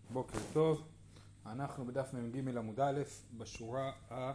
בוקר טוב, אנחנו בדף מ"ג עמוד א' בשורה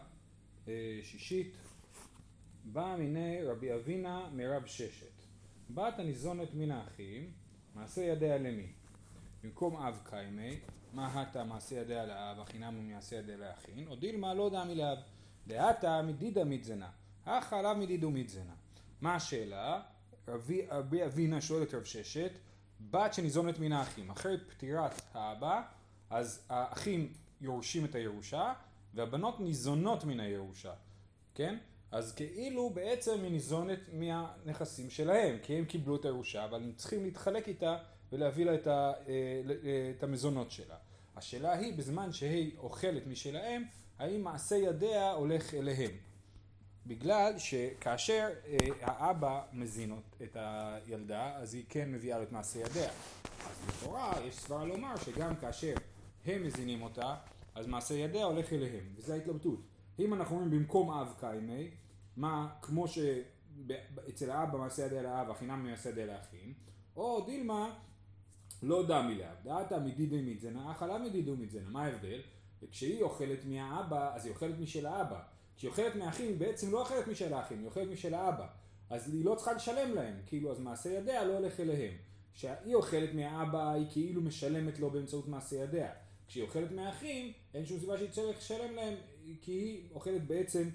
השישית. בא מיני רבי אבינה מרב ששת, בת הניזונת מן האחים, מעשה ידיה למי? במקום אב קיימי, מה הטה מעשה ידיה לאב, החינם מעשה ידיה לאחין, או דילמה לא דמי לאב, דהתה מדידה מתזנה, אך עליו מדידו מתזנה. מה השאלה? רבי אבינה שואל את רב ששת, בת שניזונת מן האחים, אחרי פטירת האבא, אז האחים יורשים את הירושה, והבנות ניזונות מן הירושה, כן? אז כאילו בעצם היא ניזונת מהנכסים שלהם, כי הם קיבלו את הירושה, אבל הם צריכים להתחלק איתה ולהביא לה את המזונות שלה. השאלה היא, בזמן שהיא אוכלת משלהם, האם מעשה ידיה הולך אליהם? בגלל שכאשר האבא מזין את הילדה, אז היא כן מביאה לו את מעשה ידיה. אז בתורה יש סברה לומר שגם כאשר הם מזינים אותה, אז מעשה ידיה הולך אליהם, וזו ההתלבטות. אם אנחנו אומרים במקום אב קיימי, כמו שאצל האבא מעשה ידיה לאב, החינם מעשה ידיה לאחים, או דילמה לא דמי לאב, דעתה מדידו מתזנה, אך עליו מדידו מתזנה. מה ההבדל? וכשהיא אוכלת מהאבא, אז היא אוכלת משל האבא. כשהיא אוכלת מהאחים, היא בעצם לא אוכלת משל האחים, היא אוכלת משל האבא. אז היא לא צריכה לשלם להם, כאילו אז מעשה ידיה לא הולך אליהם. כשהיא אוכלת מהאבא, היא כאילו משלמת לו באמצעות מעשה ידיה. כשהיא אוכלת מהאחים, אין שום סיבה שהיא צריך לשלם להם, כי היא אוכלת בעצם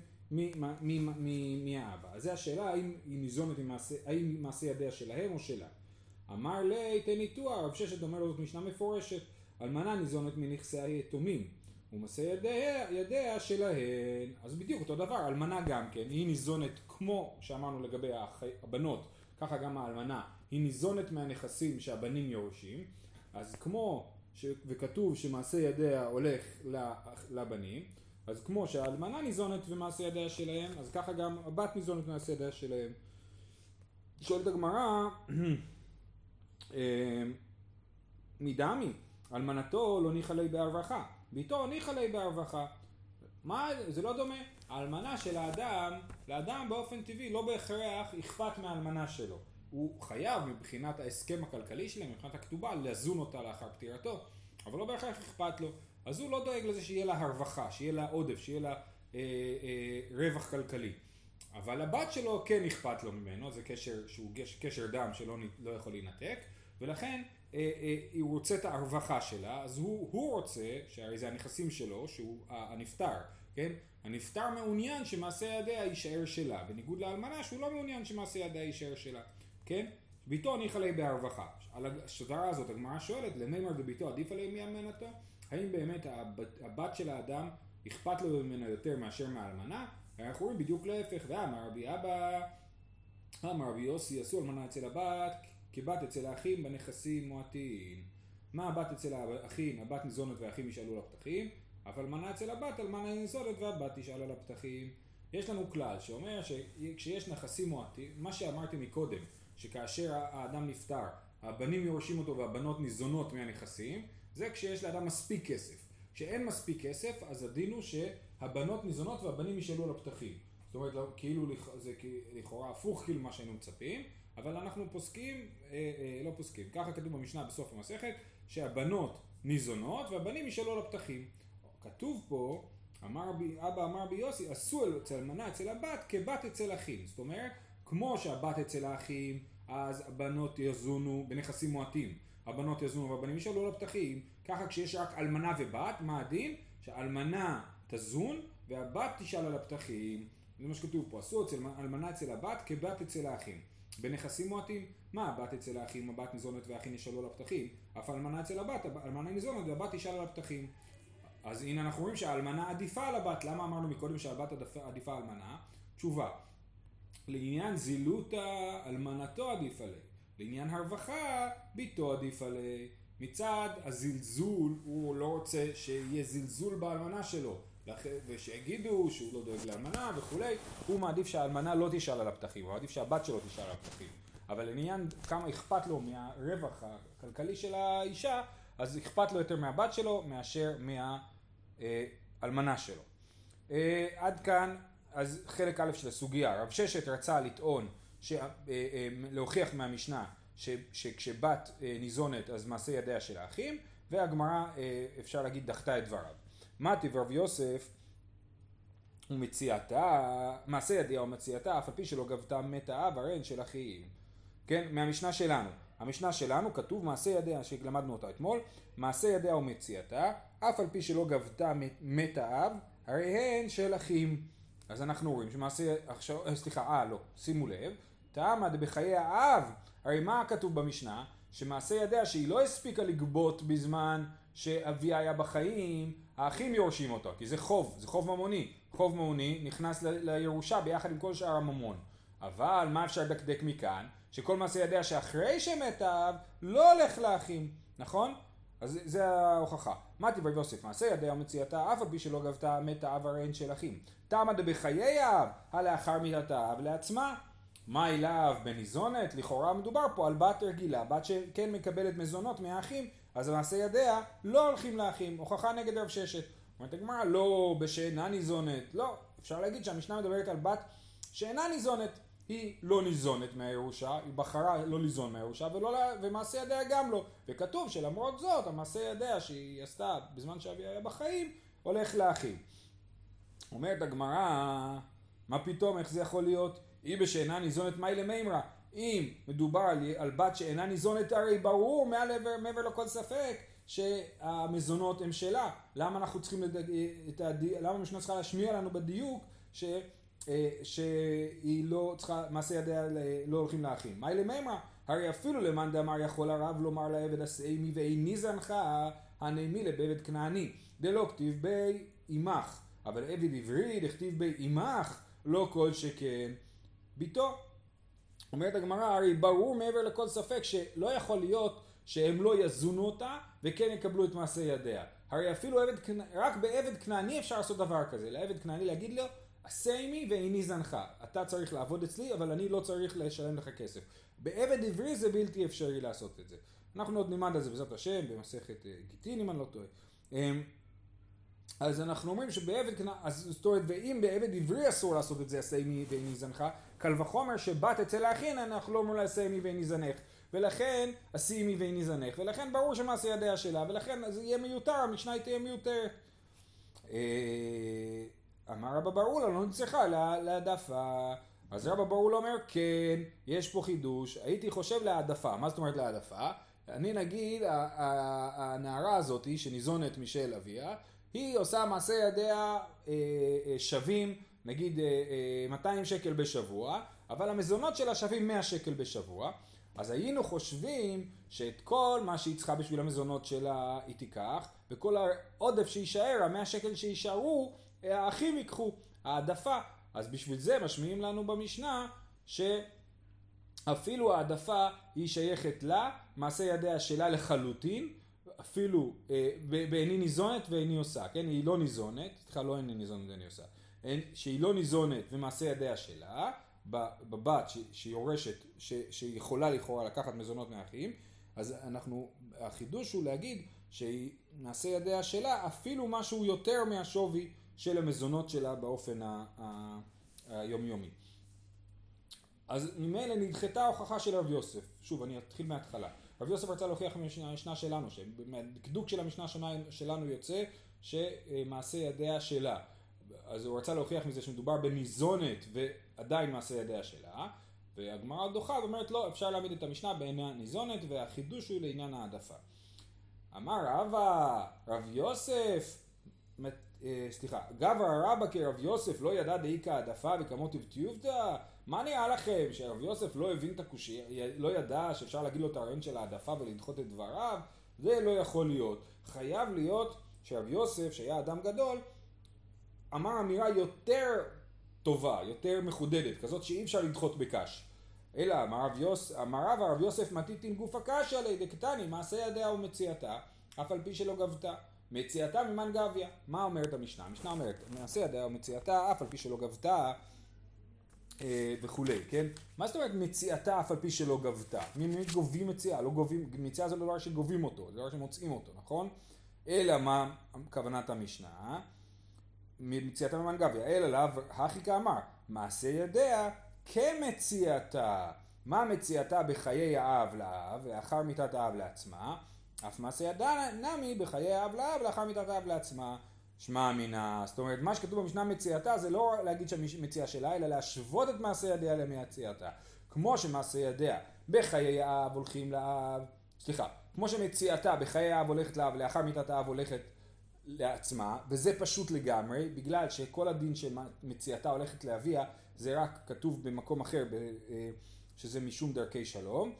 מהאבא. אז זו השאלה, האם היא ניזונת האם מעשה ידיה שלהם או שלה. אמר לי, תניתוע, רב ששת אומר לו זאת משנה מפורשת, אלמנה ניזונת מנכסי היתומים, ומעשה ידיה שלהן. אז בדיוק אותו דבר, אלמנה גם כן, היא ניזונת כמו שאמרנו לגבי הבנות, ככה גם האלמנה, היא ניזונת מהנכסים שהבנים יורשים, אז כמו וכתוב שמעשה ידיה הולך לבנים, אז כמו שהאלמנה ניזונת ומעשה ידיה שלהם, אז ככה גם הבת ניזונת ומעשה ידיה שלהם. שואלת הגמרא, מדמי, אלמנתו לא ניחא ליה בהרווחה, ביתו ניחא ליה בהרווחה. מה? זה לא דומה. האלמנה של לאדם באופן טבעי לא בהכרח אכפת מהאלמנה שלו. הוא חייב מבחינת ההסכם הכלכלי שלהם, מבחינת הכתובה, לזון אותה לאחר פטירתו, אבל לא בהכרח אכפת לו. אז הוא לא דואג לזה שיהיה לה הרווחה, שיהיה לה עודף, שיהיה לה רווח כלכלי. אבל הבת שלו כן אכפת לו ממנו, זה קשר שהוא קשר דם שלא לא יכול להינתק, ולכן הוא רוצה את הרווחה שלה, אז הוא רוצה, שהרי זה הנכסים שלו, שהוא הנפטר, כן? הנפטר מעוניין שמעשה ידיה יישאר שלה, בניגוד לאלמנה שהוא לא מעוניין שמעשה ידיה יישאר שלה, כן? ביתו ניחא ליה בהרווחה. על השברה הזאת הגמרא שואלת, למימר דביתו עדיף עליה מאלמנתו? האם באמת הבת של האדם אכפת לו ממנה יותר מאשר מהאלמנה? אנחנו רואים בדיוק להפך, ואמר רבי אבא, אמר רבי יוסי, עשו אלמנה אצל הבת, כבת אצל האחים בנכסים מועטים. מה הבת אצל האחים? הבת ניזונת והאחים ישאלו על הפתחים, אבל אלמנה אצל הבת, אלמנה ניזונת והבת תשאל על הפתחים. יש לנו כלל שאומר שכשיש נכסים מועטים, מה שאמרתי מקודם, שכאשר האדם נפטר, הבנים יורשים אותו והבנות ניזונות מהנכסים, זה כשיש לאדם מספיק כסף. כשאין מספיק כסף, אז הדין הוא שהבנות ניזונות והבנים ישאלו על הפתחים. זאת אומרת, כאילו זה לכאורה הפוך כאילו מה שהיינו מצפים, אבל אנחנו פוסקים, לא פוסקים, ככה כתוב במשנה בסוף המסכת, שהבנות ניזונות והבנים ישאלו על הפתחים. כתוב פה, אבא אמר בי יוסי, עשו אצל אלמנה אצל הבת כבת אצל האחים. זאת אומרת, כמו שהבת אצל האחים, אז הבנות יזונו בנכסים מועטים. הבנות יזונו והבנים ישאלו על הפתחים. ככה כשיש רק אלמנה ובת, מה הדין? שהאלמנה תזון והבת תשאל על הפתחים. זה מה שכתוב פה, עשו אלמנה אצל הבת כבת אצל האחים. בנכסים מועטים, מה הבת אצל האחים, הבת ניזונת והאחים ישאלו על הפתחים, אף אלמנה אצל הבת, אלמנה ניזונת והבת תשאל על הפתחים. אז הנה אנחנו רואים שהאלמנה עדיפה על הבת. למה אמרנו מקודם שהבת עדיפה על אלמנה? תשובה, לעניין זילותה, אלמנתו עדיף עליה. לעניין הרווחה, ביתו עדיף עליה. מצד הזלזול, הוא לא רוצה שיהיה זלזול באלמנה שלו, ושיגידו שהוא לא דואג לאלמנה וכולי, הוא מעדיף שהאלמנה לא תשאל על הפתחים, הוא מעדיף שהבת שלו תשאל על הפתחים. אבל לעניין כמה אכפת לו מהרווח הכלכלי של האישה, אז אכפת לו יותר מהבת שלו מאשר מהאלמנה שלו. עד כאן, אז חלק א' של הסוגיה. רב ששת רצה לטעון, להוכיח מהמשנה, שכשבת ניזונת אז מעשה ידיה של האחים, והגמרא אפשר להגיד דחתה את דבריו. מתי ורב יוסף ומציאתה, מעשה ידיה ומציאתה, אף על פי שלא גבתה מת האב הרי הן של אחים. כן, מהמשנה שלנו. המשנה שלנו כתוב מעשה ידיה, שלמדנו אותה אתמול, מעשה ידיה ומציאתה, אף על פי שלא גבתה מת האב, הרי הן של אחים. אז אנחנו רואים שמעשה, שימו לב, תעמד בחיי האב, הרי מה כתוב במשנה? שמעשה ידיה שהיא לא הספיקה לגבות בזמן שאביה היה בחיים, האחים יורשים אותו, כי זה חוב ממוני. חוב ממוני נכנס לירושה ביחד עם כל שאר הממון. אבל מה אפשר לדקדק מכאן? שכל מעשה ידיה שאחרי שמת האב לא הולך לאחים, נכון? אז זה ההוכחה. מתי ורב יוסף מעשה ידיה ומציאתה, אף על פי שלא גבתה מת האב הרי הן של אחים. תעמד בחיי האב, הלאחר מיתת האב לעצמה. מה אליו בניזונת? לכאורה מדובר פה על בת רגילה, בת שכן מקבלת מזונות מהאחים, אז המעשה ידיה לא הולכים לאחים. הוכחה נגד רב ששת. אומרת הגמרא, לא בשאינה ניזונת. לא, אפשר להגיד שהמשנה מדברת על בת שאינה ניזונת. היא לא ניזונת מהירושה, היא בחרה לא ליזון מהירושה, ומעשה ידיה גם לא. וכתוב שלמרות זאת, המעשה ידיה שהיא עשתה בזמן שאביה היה בחיים, הולך לאחים. אומרת הגמרא, מה פתאום, איך זה יכול להיות? היא בשאינה ניזונת מאי למימרא. אם מדובר על בת שאינה ניזונת, הרי ברור מעבר לכל ספק שהמזונות הם שלה. למה אנחנו צריכים למה המשנה צריכה להשמיע לנו בדיוק שהיא לא צריכה, מעשה ידיה לא הולכים לאחים. מאי למימרא, הרי אפילו למאן דאמר יכול הרב לומר לעבד עשי ואיני זנך הנעמי לבעבד כנעני. דלא כתיב בי אימך, אבל עבד עברי דכתיב בי אימך, לא כל שכן ביתו. אומרת הגמרא, הרי ברור מעבר לכל ספק שלא יכול להיות שהם לא יזונו אותה וכן יקבלו את מעשה ידיה. הרי אפילו רק בעבד כנעני אפשר לעשות דבר כזה, לעבד כנעני להגיד לו, עשי ואיני זנך, אתה צריך לעבוד אצלי אבל אני לא צריך לשלם לך כסף. בעבד עברי זה בלתי אפשרי לעשות את זה. אנחנו עוד נלמד על זה בעזרת השם במסכת גיטין אם אני לא טועה. אז אנחנו אומרים שבעבד כנעני, אז זאת אומרת, ואם בעבד עברי אסור לעשות את זה עשי ואיני זנך, קל וחומר שבת אצל האחין אנחנו לא אומרים לה עשי ואיני זנך, ולכן עשי ואיני זנך, ולכן ברור שמעשה ידיה שלה, ולכן זה יהיה מיותר, המשנה היא תהיה מיותרת. אמר רבא ברולה, לא נצטרכה להעדפה. אז רבא ברולה אומר, כן, יש פה חידוש, הייתי חושב להעדפה. מה זאת אומרת להעדפה? אני נגיד, הנערה הזאת שניזונת משל אביה, היא עושה מעשה ידיה שווים, נגיד 200 שקל בשבוע, אבל המזונות שלה שווים 100 שקל בשבוע. אז היינו חושבים שאת כל מה שהיא צריכה בשביל המזונות שלה היא תיקח, וכל העודף שישאר, 100 שקל שישארו, האחים ייקחו, העדפה. אז בשביל זה משמיעים לנו במשנה שאפילו העדפה היא שייכת לה, מעשה ידיה שלה לחלוטין, אפילו בעיני ניזונת ואיני עושה, כן? היא לא ניזונת, סליחה, לא איני ניזונת ואיני עושה, שהיא לא ניזונת ומעשה ידיה שלה, בבת שהיא יורשת, שהיא יכולה לכאורה לקחת מזונות מהאחים, אז החידוש הוא להגיד שהיא מעשה ידיה שלה אפילו משהו יותר מהשווי של המזונות שלה באופן היומיומי. אז ממילא נדחתה ההוכחה של רב יוסף. שוב, אני אתחיל מההתחלה. רב יוסף רצה להוכיח מהמשנה שלנו, שהדקדוק של המשנה שלנו יוצא שמעשה ידיה שלה. אז הוא רצה להוכיח מזה שמדובר בניזונת ועדיין מעשה ידיה שלה, והגמרא דוחה ואומרת לא, אפשר להעמיד את המשנה בעניין ניזונת, והחידוש הוא לעניין העדפה. אמר רב יוסף, גבר רבא כרב יוסף לא ידע דאיקה העדפה וכמות תיובתא? מה נראה לכם שרב יוסף לא הבין את הקושי, לא ידע שאפשר להגיד לו את הרעיון של העדפה ולדחות את דבריו? זה לא יכול להיות. חייב להיות שרב יוסף, שהיה אדם גדול, אמר אמירה יותר טובה, יותר מחודדת, כזאת שאי אפשר לדחות בקש. אלא אמר רב יוסף מתיתין גופה קשיא ליה דקתני מעשה ידיה ומציאתה אף על פי שלא גבתה. מציאתה ממן גביה. מה אומרת המשנה? המשנה אומרת מעשה ידיה ומציאתה אף על פי שלא גבתה וכולי, כן? מה זאת אומרת מציאתה אף על פי שלא גבתה? מי גובים מציאה? לא גובים, מציאה זה לא דבר שגובים אותו, זה דבר שמוצאים אותו, נכון? אלא מה כוונת המשנה? מציאתה ממן גביה, אלא לאו הכי כאמר מעשה ידיה כמציאתה. מה מציאתה בחיי האב לאב ואחר מיתת האב לעצמה? אף מעשה ידה נמי בחיי אב לאב לאחר מיתת האב לעצמה. שמע מינה, זאת אומרת מה שכתוב במשנה מציאתה זה לא להגיד שמציאה שלה, אלא להשוות את מעשה ידיה למציאתה. כמו שמעשה ידיה בחיי האב הולכים לאב, כמו שמציאתה בחיי האב הולכת לאב לאחר מיתת האב הולכת לעצמה, וזה פשוט לגמרי, בגלל שכל הדין שמציאתה הולכת לאביה זה רק כתוב במקום אחר שזה משום דרכי שלום.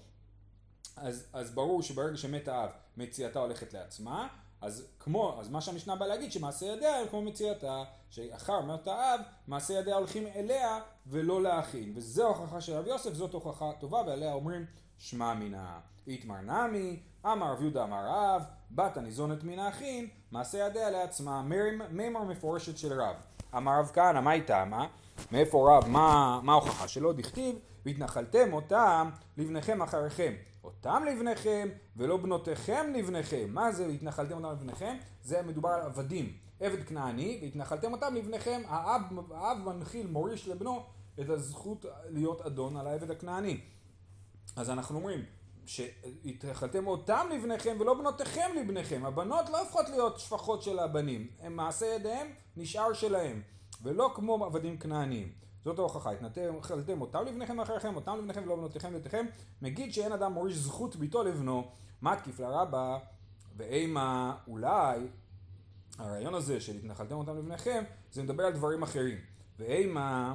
אז ברור שברגע שמת האב מציאתה הולכת לעצמה, אז מה שהמשנה בא להגיד שמעשה ידיה כמו מציאתה, שאחר מת האב מעשה ידיה הולכים אליה ולא לאחים, וזו הוכחה של רב יוסף, זאת הוכחה טובה, ועליה אומרים שמע מינה. איתמר נמי, אמר רב יהודה אמר רב, בת הניזונת מן האחים, מעשה ידיה לעצמה. מימר מפורשת של רב. אמר רב כהנא, מה איתה? מאיפה רב? מה ההוכחה שלו? דכתיב, והתנחלתם אותם לבניכם אחריכם. אותם לבניכם ולא בנותיכם לבניכם. מה זה התנחלתם אותם לבניכם? זה מדובר על עבדים, עבד כנעני, והתנחלתם אותם לבניכם. האב מנחיל מוריש לבנו את הזכות להיות אדון על העבד הכנעני. אז אנחנו אומרים שהתנחלתם אותם לבניכם ולא בנותיכם לבניכם. הבנות לא הופכות להיות שפחות של הבנים, הם מעשה ידיהם נשאר שלהם, ולא כמו עבדים כנעניים. זאת ההוכחה, התנחלתם אותם לבניכם אחריכם, אותם לבניכם ולא בנותיכם לבניכם. מגיד שאין אדם מוריש זכות ביתו לבנו, מתקיף לרבה, ואימה אולי הרעיון הזה של התנחלתם אותם לבניכם זה מדבר על דברים אחרים. ואימה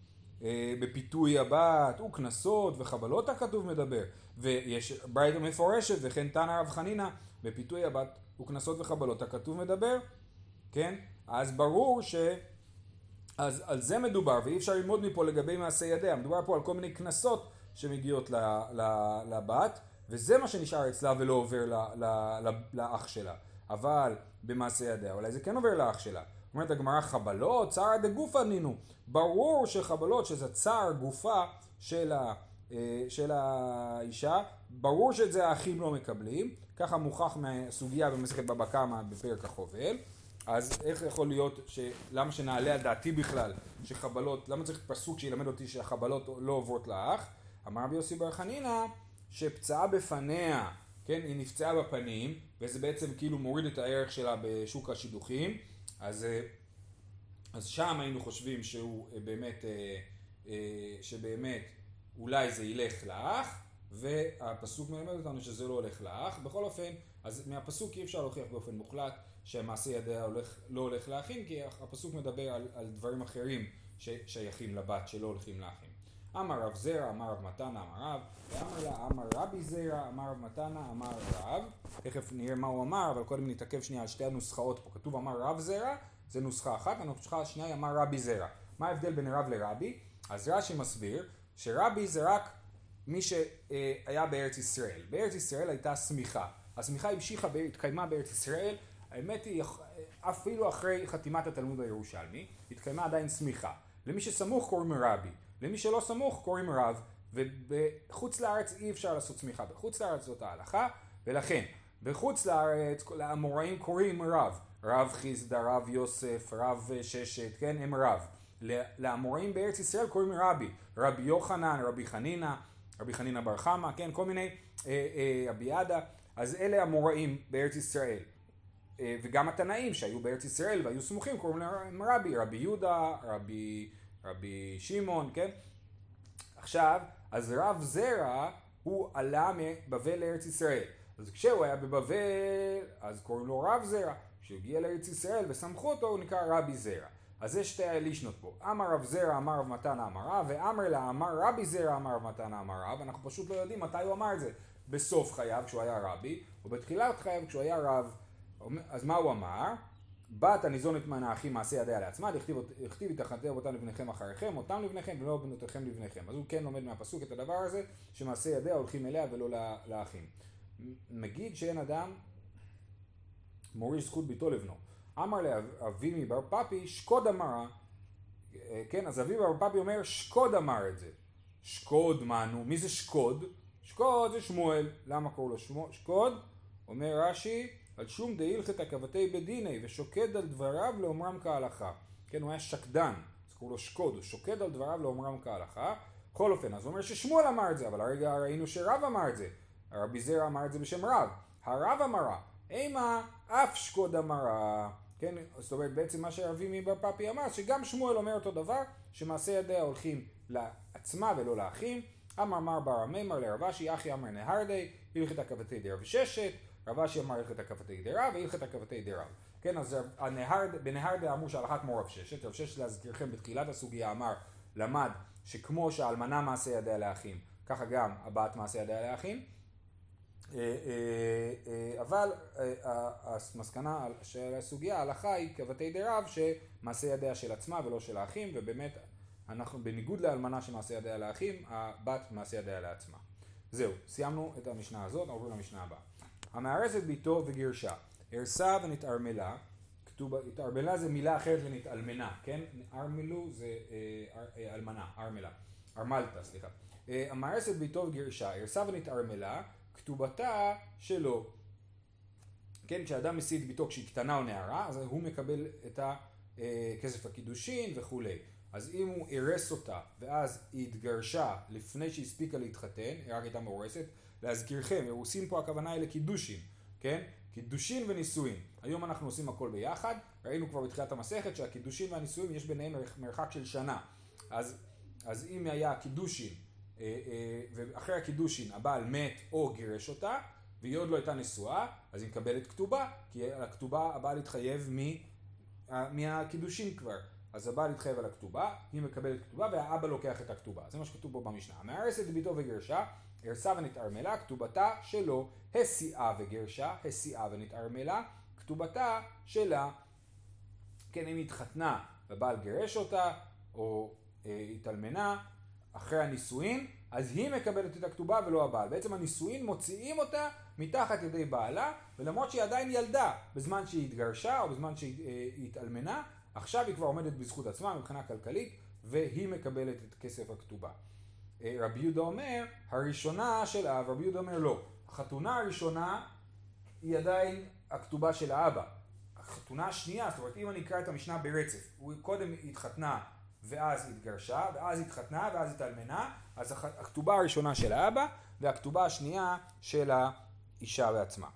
בפיתוי הבת וכנסות וחבלות הכתוב מדבר, ויש ברייתא מפורשת וכן תנא רב חנינא בפיתוי הבת וכנסות וחבלות הכתוב מדבר, כן? אז ברור אז על זה מדובר, ואי אפשר ללמוד מפה לגבי מעשה ידיה. מדובר פה על כל מיני כנסות שמגיעות לבת, וזה מה שנשאר אצלה ולא עובר לאח שלה. אבל במעשה ידיה, אולי זה כן עובר לאח שלה. אומרת הגמרא, חבלות, צער דגופה נינו. ברור שחבלות, שזה צער גופה של האישה, ברור שאת זה האחים לא מקבלים. ככה מוכח מהסוגיה במסכת בבא קמא בפרק החובל. אז איך יכול להיות למה שנעלה על דעתי בכלל שחבלות, למה צריך פסוק שילמד אותי שהחבלות לא עוברות לאח? אמר רבי יוסי בר חנינא שפצעה בפניה, כן, היא נפצעה בפנים, וזה בעצם כאילו מוריד את הערך שלה בשוק השידוכים, אז שם היינו חושבים שהוא שבאמת אולי זה ילך לאח, והפסוק מלמד אותנו שזה לא הולך לאח. בכל אופן, אז מהפסוק אי אפשר להוכיח באופן מוחלט שהמעשה ידיה לא הולך לאחים, כי הפסוק מדבר על דברים אחרים ששייכים לבת שלא הולכים לאחים. אמר רב זרע, אמר רב מתנה, אמר רב, ואמר לה, אמר רבי זרע, אמר רב מתנה, אמר רב. תכף נראה מה הוא אמר, אבל קודם נתעכב שנייה על שתי הנוסחאות פה. כתוב אמר רב זרע, זה נוסחה אחת, הנוסחה השנייה אמר רבי זרע. מה ההבדל בין רב לרבי? אז רש"י מסביר שרבי זה רק מי שהיה בארץ ישראל. בארץ ישראל הייתה סמיכה. הסמיכה המשיכה, התקיימה בארץ ישראל. האמת היא, אפילו אחרי חתימת התלמוד הירושלמי, התקיימה עדיין סמיכה. למי שסמוך קוראים רבי, למי שלא סמוך קוראים רב, ובחוץ לארץ אי אפשר לעשות סמיכה. בחוץ לארץ זאת ההלכה, ולכן בחוץ לארץ לאמוראים קוראים רב. רב חיסדא, רב יוסף, רב ששת, כן, הם רב. לאמוראים בארץ ישראל קוראים רבי. רבי יוחנן, רבי חנינא, רבי חנינא בר חמא, כן, כל מיני אביעדה. אז אלה אמוראים בארץ ישראל. וגם התנאים שהיו בארץ ישראל והיו סמוכים קוראים להם רבי, רבי יהודה, רבי שמעון, כן? עכשיו, אז רב זרע הוא עלה מבבל לארץ ישראל. אז כשהוא היה בבבל, אז קוראים לו רב זרע. כשהוא הגיע לארץ ישראל וסמכו אותו, הוא נקרא רבי זרע. אז זה שתי הלישנות פה. אמר רב זרע, אמר רב מתנה, אמר רב, ואמר לה, אמר רבי זרע, אמר רב מתנה, אמר רב. אנחנו פשוט לא יודעים מתי הוא אמר את זה. בסוף חייו כשהוא היה רבי, או בתחילת חייו כשהוא היה רב. אז מה הוא אמר? בת הניזונת מן האחים מעשה ידיה לעצמה, לכתיב התנחלתם אותם לבניכם אחריכם, אותם לבניכם ולא בנותיכם לבניכם. אז הוא כן לומד מהפסוק את הדבר הזה, שמעשה ידיה הולכים אליה ולא לאחים. מגיד שאין אדם מוריש זכות ביתו לבנו. אמר לאבימי בר פפי, שקוד אמרה, כן, אז אבימי בר פפי אומר, שקוד אמר את זה. שקוד מנו, מי זה שקוד? שקוד זה שמואל. למה קורא לו שקוד? אומר רש"י, על שום דהילכתא כבתי בדיני, ושוקד על דבריו לאומרם כהלכה. כן, הוא היה שקדן, אז קורא לו שקוד, הוא שוקד על דבריו לאומרם כהלכה. בכל אופן, אז הוא אומר ששמואל אמר את זה, אבל הרגע ראינו שרב אמר את זה. רבי זרע אמר את זה בשם רב. הרב אמרה, אימה אף שקוד אמרה. כן, זאת אומרת בעצם מה שרבי מבר פאפי אמר, שגם שמואל אומר אותו דבר, שמעשה ידיה הולכים לעצמה ולא לאחים. אמר מר בר המימר לרבשי, אחי אמר נהרדי, הלכת הכבתי דרב ששת, רבשי אמר הלכת הכבתי דרב, והלכת הכבתי דרב. כן, אז בנהרדי אמרו שהלכת כמו רב ששת, רב ששת להזכירכם בתחילת הסוגיה אמר, למד שכמו שהאלמנה מעשה ידיה לאחים, ככה גם הבת מעשה ידיה לאחים. אבל המסקנה של הסוגיה, ההלכה היא כבתי דרב שמעשה ידיה של עצמה ולא של האחים, ובאמת אנחנו בניגוד לאלמנה שמעשה ידיה לאחים, הבת מעשה ידיה לעצמה. זהו, סיימנו את המשנה הזאת, עוברים למשנה הבאה. המארסת ביתו וגירשה, הרסה ונתערמלה, התערמלה זה מילה אחרת לנתעלמנה, כן? ארמלו זה אלמנה, ארמלתה, סליחה. המארסת ביתו וגירשה, הרסה ונתערמלה, כתובתה שלו. כן, כשאדם מסית ביתו כשהיא קטנה או נערה, אז הוא מקבל את הכסף הקידושין וכו'. אז אם הוא הרס אותה ואז היא התגרשה לפני שהספיקה להתחתן, היא רק הייתה מאורסת, להזכירכם, אירוסין פה הכוונה היא לקידושין, כן? קידושין ונישואין. היום אנחנו עושים הכל ביחד, ראינו כבר בתחילת המסכת שהקידושין והנישואין יש ביניהם מרחק של שנה. אז אם היה קידושין, ואחרי הקידושין הבעל מת או גירש אותה, והיא עוד לא הייתה נשואה, אז היא מקבלת כתובה, כי הכתובה הבעל התחייב מהקידושין כבר. אז הבעל התחייב על הכתובה, היא מקבלת כתובה והאבא לוקח את הכתובה. זה מה שכתוב פה במשנה. המארסת ביתו וגרשה, הרסה ונתערמלה, כתובתה שלו, הסיעה וגרשה, הסיעה ונתערמלה, כתובתה שלה. כן, אם התחתנה ובעל גירש אותה, או התאלמנה, אחרי הנישואין, אז היא מקבלת את הכתובה ולא הבעל. בעצם הנישואין מוציאים אותה מתחת ידי בעלה, ולמרות שהיא עדיין ילדה בזמן שהיא התגרשה או בזמן שהיא התאלמנה, עכשיו היא כבר עומדת בזכות עצמה מבחינה כלכלית, והיא מקבלת את כסף הכתובה. רבי יהודה אומר, הראשונה של האב, רבי יהודה אומר לא. החתונה הראשונה היא עדיין הכתובה של האבא. החתונה השנייה, זאת אומרת, אם אני אקרא את המשנה ברצף, הוא קודם התחתנה ואז התגרשה, ואז התחתנה ואז התאלמנה, אז הכתובה הראשונה של האבא, והכתובה השנייה של האישה בעצמה.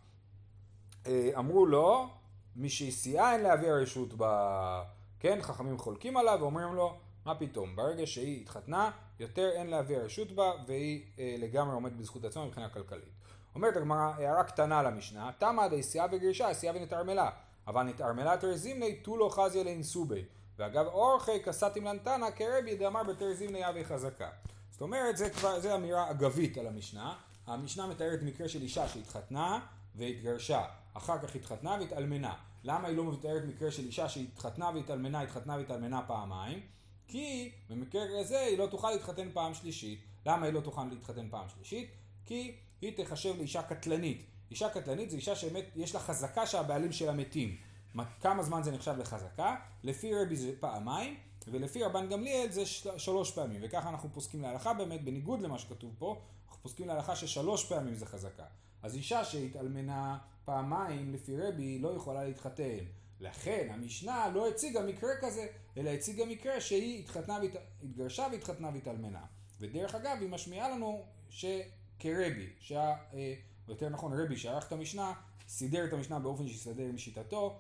אמרו לו, מי שהסיעה אין להביא הרשות בה, כן, חכמים חולקים עליו ואומרים לו, מה פתאום, ברגע שהיא התחתנה, יותר אין להביא הרשות בה, והיא לגמרי עומדת בזכות עצמה מבחינה כלכלית. אומרת הגמרא, הערה קטנה למשנה, תמה די סיעה וגרשה, סיעה ונתערמלה, אבל נתערמלה תרזימני, תולו חזיה לאינסובי. ואגב אורחי כסתים לנתנה כרבי דאמר בתרזימני אבי חזקה. זאת אומרת, זה אמירה אגבית על המשנה. המשנה מתארת מקרה של אישה שהתחתנה והתגרשה, אחר כך התחתנה והתאלמנה. למה היא לא מתארת מקרה של אישה שהתחתנה והתאלמנה פעמיים? כי במקרה הזה היא לא תוכל להתחתן פעם שלישית. למה היא לא תוכל להתחתן פעם שלישית? כי היא תחשב לאישה קטלנית. אישה קטלנית זה אישה שיש לה חזקה שהבעלים שלה מתים. כמה זמן זה נחשב לחזקה? לפי רבי זה פעמיים, ולפי רבן גמליאל זה 3 פעמים. וככה אנחנו פוסקים להלכה באמת, בניגוד למה שכתוב פה, אנחנו פוסקים להלכה ש3 פעמים זה חזקה. אז אישה שהתאלמנה פעמיים לפי רבי לא יכולה להתחתן. לכן המשנה לא הציגה מקרה כזה, אלא הציגה מקרה שהיא התגרשה והתחתנה והתאלמנה. ודרך אגב היא משמיעה לנו שכרבי, יותר נכון רבי שערך את המשנה, סידר את המשנה באופן שיסדר משיטתו,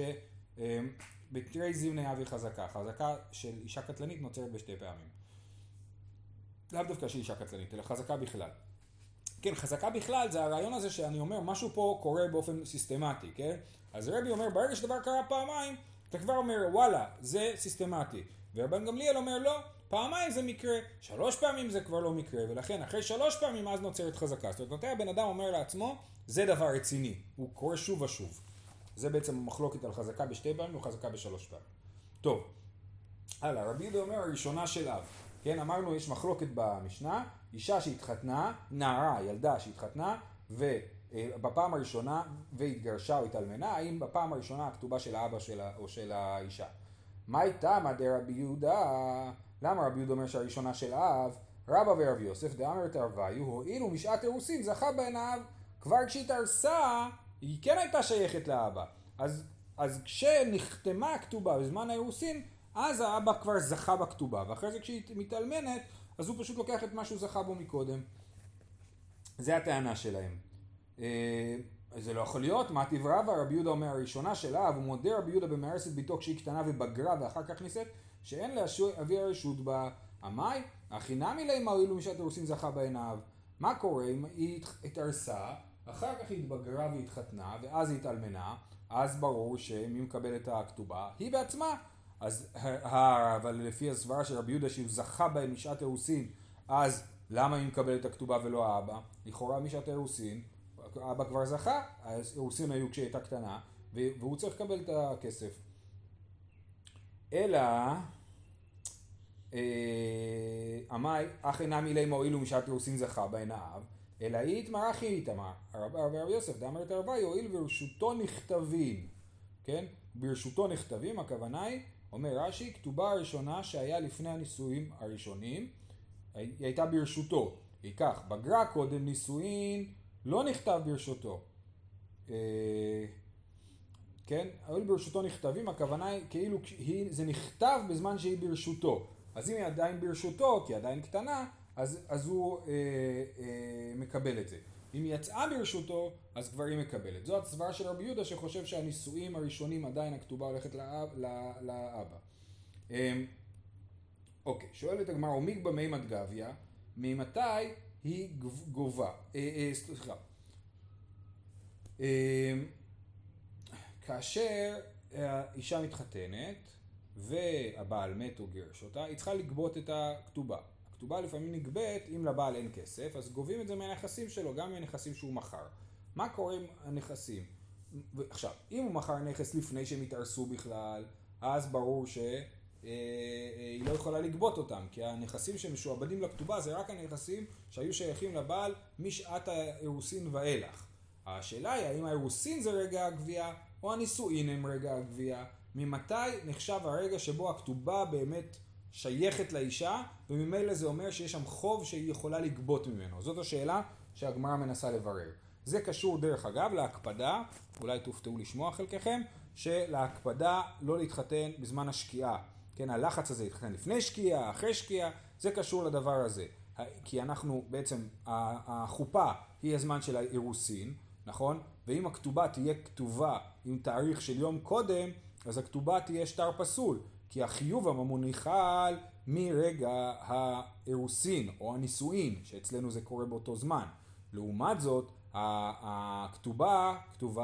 שבתרי זימני אבי חזקה. חזקה של אישה קטלנית נוצרת בשתי פעמים. לאו דווקא של אישה קטלנית, אלא חזקה בכלל. כן, חזקה בכלל זה הרעיון הזה שאני אומר, משהו פה קורה באופן סיסטמטי, כן? אז רבי אומר, ברגע שדבר קרה פעמיים, אתה כבר אומר, וואלה, זה סיסטמטי. ורבן גמליאל אומר, לא, פעמיים זה מקרה, 3 פעמים זה כבר לא מקרה, ולכן אחרי 3 פעמים אז נוצרת חזקה. זאת אומרת, הבן אדם אומר לעצמו, זה דבר רציני, הוא קורא שוב ושוב. זה בעצם מחלוקת על חזקה ב2 פעמים או חזקה ב3 פעמים. טוב, הלאה, רבי יהודה אומר הראשונה של אב. כן, אמרנו יש מחלוקת במשנה, אישה שהתחתנה, נערה, ילדה שהתחתנה, ובפעם הראשונה והתגרשה או התאלמנה, האם בפעם הראשונה הכתובה של האבא או של האישה. מה הייתה מדי רבי יהודה? למה רבי יהודה אומר שהראשונה של האב? רבא ורבי יוסף דאמר תרוויו, הואילו משעת אירוסין זכה בהן האב. כבר כשהתארסה, היא כן הייתה שייכת לאבא. אז כשנחתמה הכתובה בזמן האירוסין, אז האבא כבר זכה בכתובה. ואחרי זה כשהיא מתאלמנת, אז הוא פשוט לוקח את מה שהוא זכה בו מקודם. זה הטענה שלהם. זה לא יכול להיות, מה תברא רבי יהודה אומר הראשונה שלה, והוא מודה רבי יהודה במארסת ביתו כשהיא קטנה ובגרה ואחר כך נישאת, שאין לאבי הרשות בה. עמי, הכי נמי ליה מה הועילו משעת אירוסין זכה בעיניו. מה קורה אם היא התארסה, אחר כך היא התבגרה והתחתנה, ואז היא התאלמנה, אז ברור שמי מקבל את הכתובה? היא בעצמה. אז אבל לפי הסברה של רבי יהודה שהוא זכה בהם משעת אירוסין, אז למה היא מקבלת את הכתובה ולא האבא? לכאורה משעת אירוסין, האבא כבר זכה, האירוסין היו כשהיא הייתה קטנה, והוא צריך לקבל את הכסף. אלא, עמי, אחי נמי ליה מה הועילו משעת אירוסין זכה בעיניו, אלא היא התמרה אחי איתמר. רבי יוסף דאמרת הרבה יועיל ברשותו נכתבים. כן? ברשותו נכתבים, הכוונה היא, אומר רש"י, כתובה הראשונה שהיה לפני הנישואים הראשונים, היא הייתה ברשותו. היא כך, בגרה קודם נישואין לא נכתב ברשותו. כן? הועיל ברשותו נכתבים, הכוונה היא כאילו זה נכתב בזמן שהיא ברשותו. אז אם היא עדיין ברשותו, כי היא עדיין קטנה, אז הוא מקבל את זה. אם היא יצאה ברשותו, אז כבר היא מקבלת. זו הסברה של רבי יהודה שחושב שהנישואים הראשונים עדיין הכתובה הולכת לאבא. אוקיי, שואלת הגמרא, ומיגבה מימד גביה, ממתי היא גובה? סליחה. כאשר האישה מתחתנת והבעל מת או גירש אותה, היא צריכה לגבות את הכתובה. הכתובה לפעמים נגבית, אם לבעל אין כסף, אז גובים את זה מהנכסים שלו, גם מהנכסים שהוא מכר. מה קורה עם הנכסים? עכשיו, אם הוא מכר נכס לפני שהם התארסו בכלל, אז ברור שהיא לא יכולה לגבות אותם, כי הנכסים שמשועבדים לכתובה זה רק הנכסים שהיו שייכים לבעל משעת האירוסין ואילך. השאלה היא, האם האירוסין זה רגע הגבייה, או הנישואין הם רגע הגבייה? ממתי נחשב הרגע שבו הכתובה באמת שייכת לאישה, וממילא זה אומר שיש שם חוב שהיא יכולה לגבות ממנו. זאת השאלה שהגמרא מנסה לברר. זה קשור דרך אגב להקפדה, אולי תופתעו לשמוע חלקכם, שלהקפדה לא להתחתן בזמן השקיעה. כן, הלחץ הזה יתחתן לפני שקיעה, אחרי שקיעה, זה קשור לדבר הזה. כי אנחנו בעצם, החופה היא הזמן של האירוסין, נכון? ואם הכתובה תהיה כתובה עם תאריך של יום קודם, אז הכתובה תהיה שטר פסול. כי החיוב הממוני חל מרגע האירוסין או הנישואין, שאצלנו זה קורה באותו זמן. לעומת זאת, הכתובה,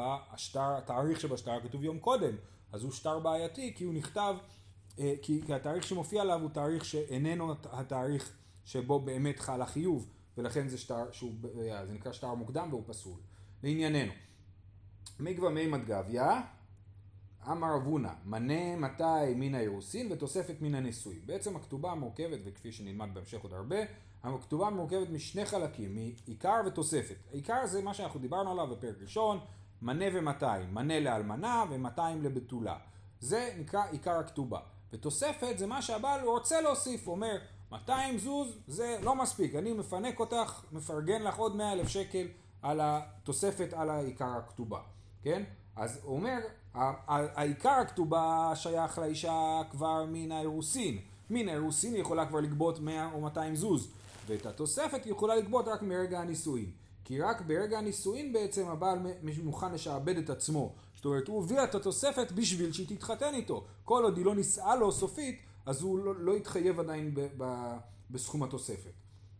התאריך שבשטר כתוב יום קודם, אז הוא שטר בעייתי כי הוא נכתב, כי התאריך שמופיע עליו הוא תאריך שאיננו התאריך שבו באמת חל החיוב, ולכן זה זה נקרא שטר מוקדם והוא פסול. לענייננו, מיגבה מימד גביה, אמר אבונה, מנה מתי מן האירוסין ותוספת מן הנישואין. בעצם הכתובה מורכבת, וכפי שנלמד בהמשך עוד הרבה, הכתובה מורכבת משני חלקים, מעיקר ותוספת. העיקר זה מה שאנחנו דיברנו עליו בפרק ראשון, מנה ומאתיים, מנה לאלמנה ומאתיים לבתולה. זה נקרא עיקר הכתובה. ותוספת זה מה שהבעל רוצה להוסיף, הוא אומר, 200 זוז זה לא מספיק, אני מפנק אותך, מפרגן לך עוד 100,000 שקל על התוספת על העיקר הכתובה. כן? אז הוא אומר, העיקר הכתובה שייך לאישה כבר מן האירוסין. מן האירוסין היא יכולה כבר לגבות 100 או 200 זוז. ואת התוספת היא יכולה לגבות רק מרגע הנישואין. כי רק ברגע הנישואין בעצם הבעל מוכן לשעבד את עצמו. זאת אומרת, הוא הביא את התוספת בשביל שהיא תתחתן איתו. כל עוד היא לא נישאה לו סופית, אז הוא לא יתחייב עדיין בסכום התוספת.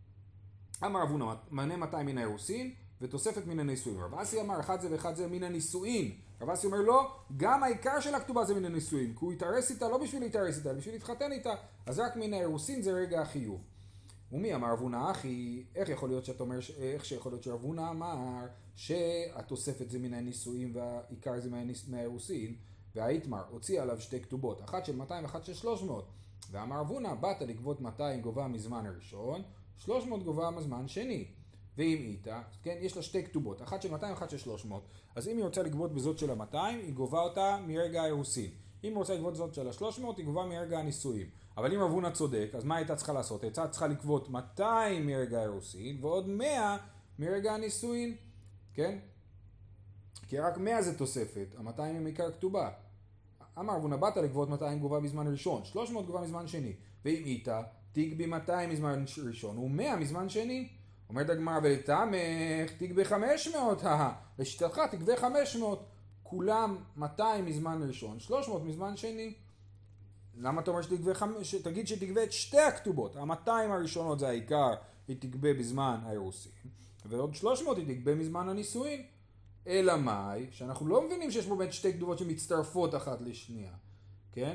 אמר אבונה, מנה 200 מן האירוסין ותוספת מן הנישואין. רב אסי אמר, אחד זה ואחד זה מן הנישואין. רב אסי אומר, לא, גם העיקר של הכתובה זה מן הנישואין. כי הוא יתארס איתה, לא בשביל להתארס איתה, בשביל להתחתן איתה. אז רק מן האירוסין זה רגע החיוב. ומי אמר אבונה אחי, איך יכול להיות שאת אומר, איך שיכול להיות שאבונה אמר שהתוספת זה מן הנישואין והעיקר זה מהאירוסין, והאיתמר הוציא עליו שתי כתובות, אחת של 200 ואחת של 300. ואמר אבונה, באת לגבות 200 גובה מזמן הראשון, 300 גובה מזמן שני. ואם איתה, כן, יש לה שתי כתובות, אחת של 200 ואחת של 300. אז אם היא רוצה לגבות בזאת של 200, היא גובה אותה מרגע האירוסין. אם היא רוצה לגבות בזאת של 300, היא גובה מרגע הנישואין. אבל אם אבונה צודק, אז מה הייתה צריכה לעשות? הייתה צריכה לגבות 200 מרגע האירוסין, ועוד 100 מרגע הנישואין, כן? כי רק 100 זה תוספת, ה-200 הם עיקר כתובה. אמר אבונה, באת לגבות 200 גובה בזמן ראשון, 300 גובה מזמן שני. ואם איתה, תגבי 200 מזמן ראשון, ו100 מזמן שני. אומרת הגמרא ולתמך תגבה 500, לשיטתך תגבה 500, כולם 200 מזמן ראשון, 300 מזמן שני. למה אתה אומר תגיד שתגבה את שתי הכתובות? ה-200 הראשונות זה העיקר, היא תגבה בזמן האירוסין, ועוד 300 היא תגבה מזמן הנישואין. אלא מאי, שאנחנו לא מבינים שיש פה באמת שתי כתובות שמצטרפות אחת לשנייה, כן?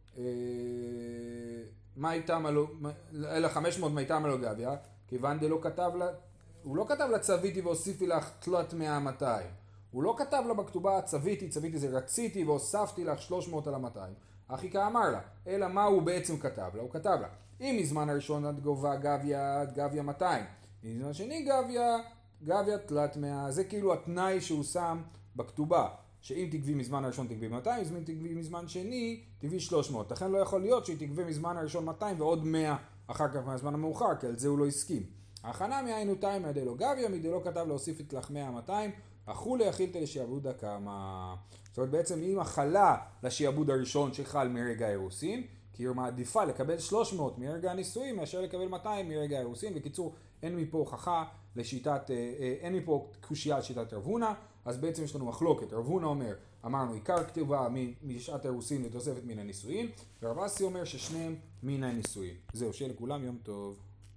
מה איתם אלא 500 מה איתם אלו גביה, כיוון דלא כתב לה, הוא לא כתב לה צוויתי והוסיפי לך תלת 100-200, הוא לא כתב לה בכתובה צוויתי זה רציתי והוספתי לך 300 על ה-200, אחי כאמר לה, אלא מה הוא בעצם כתב לה? הוא כתב לה, אם מזמן הראשון את גובה גביה 200, מזמן שני גביה תלת 100, זה כאילו התנאי שהוא שם בכתובה, שאם תגבי מזמן הראשון תגבי 200, אם תגבי מזמן שני תגבי 300, לכן לא יכול להיות שהיא תגבי מזמן הראשון 200 ועוד 100 אחר כך מהזמן המאוחר, כי על זה הוא לא הסכים. ההכנה מהיינו תיים מהדלו גביה, מדלו כתב להוסיף את לך 100-200, אכולי אכילתה לשיעבודה כמה. זאת אומרת בעצם היא מחלה לשיעבוד הראשון שחל מרגע האירוסין, כי היא מעדיפה לקבל 300 מרגע הנישואים מאשר לקבל 200 מרגע האירוסין. בקיצור, אין מפה הוכחה לשיטת, אין מפה קושייה לשיטת רב הונא, אז בעצם יש לנו מחלוקת. רב הונא אומר, אמרנו עיקר כתובה משעת האירוסין ותוספת מן הנישואים, ורב אסי אומר ששניהם מן הנישואים. זהו, שיהיה לכולם יום טוב.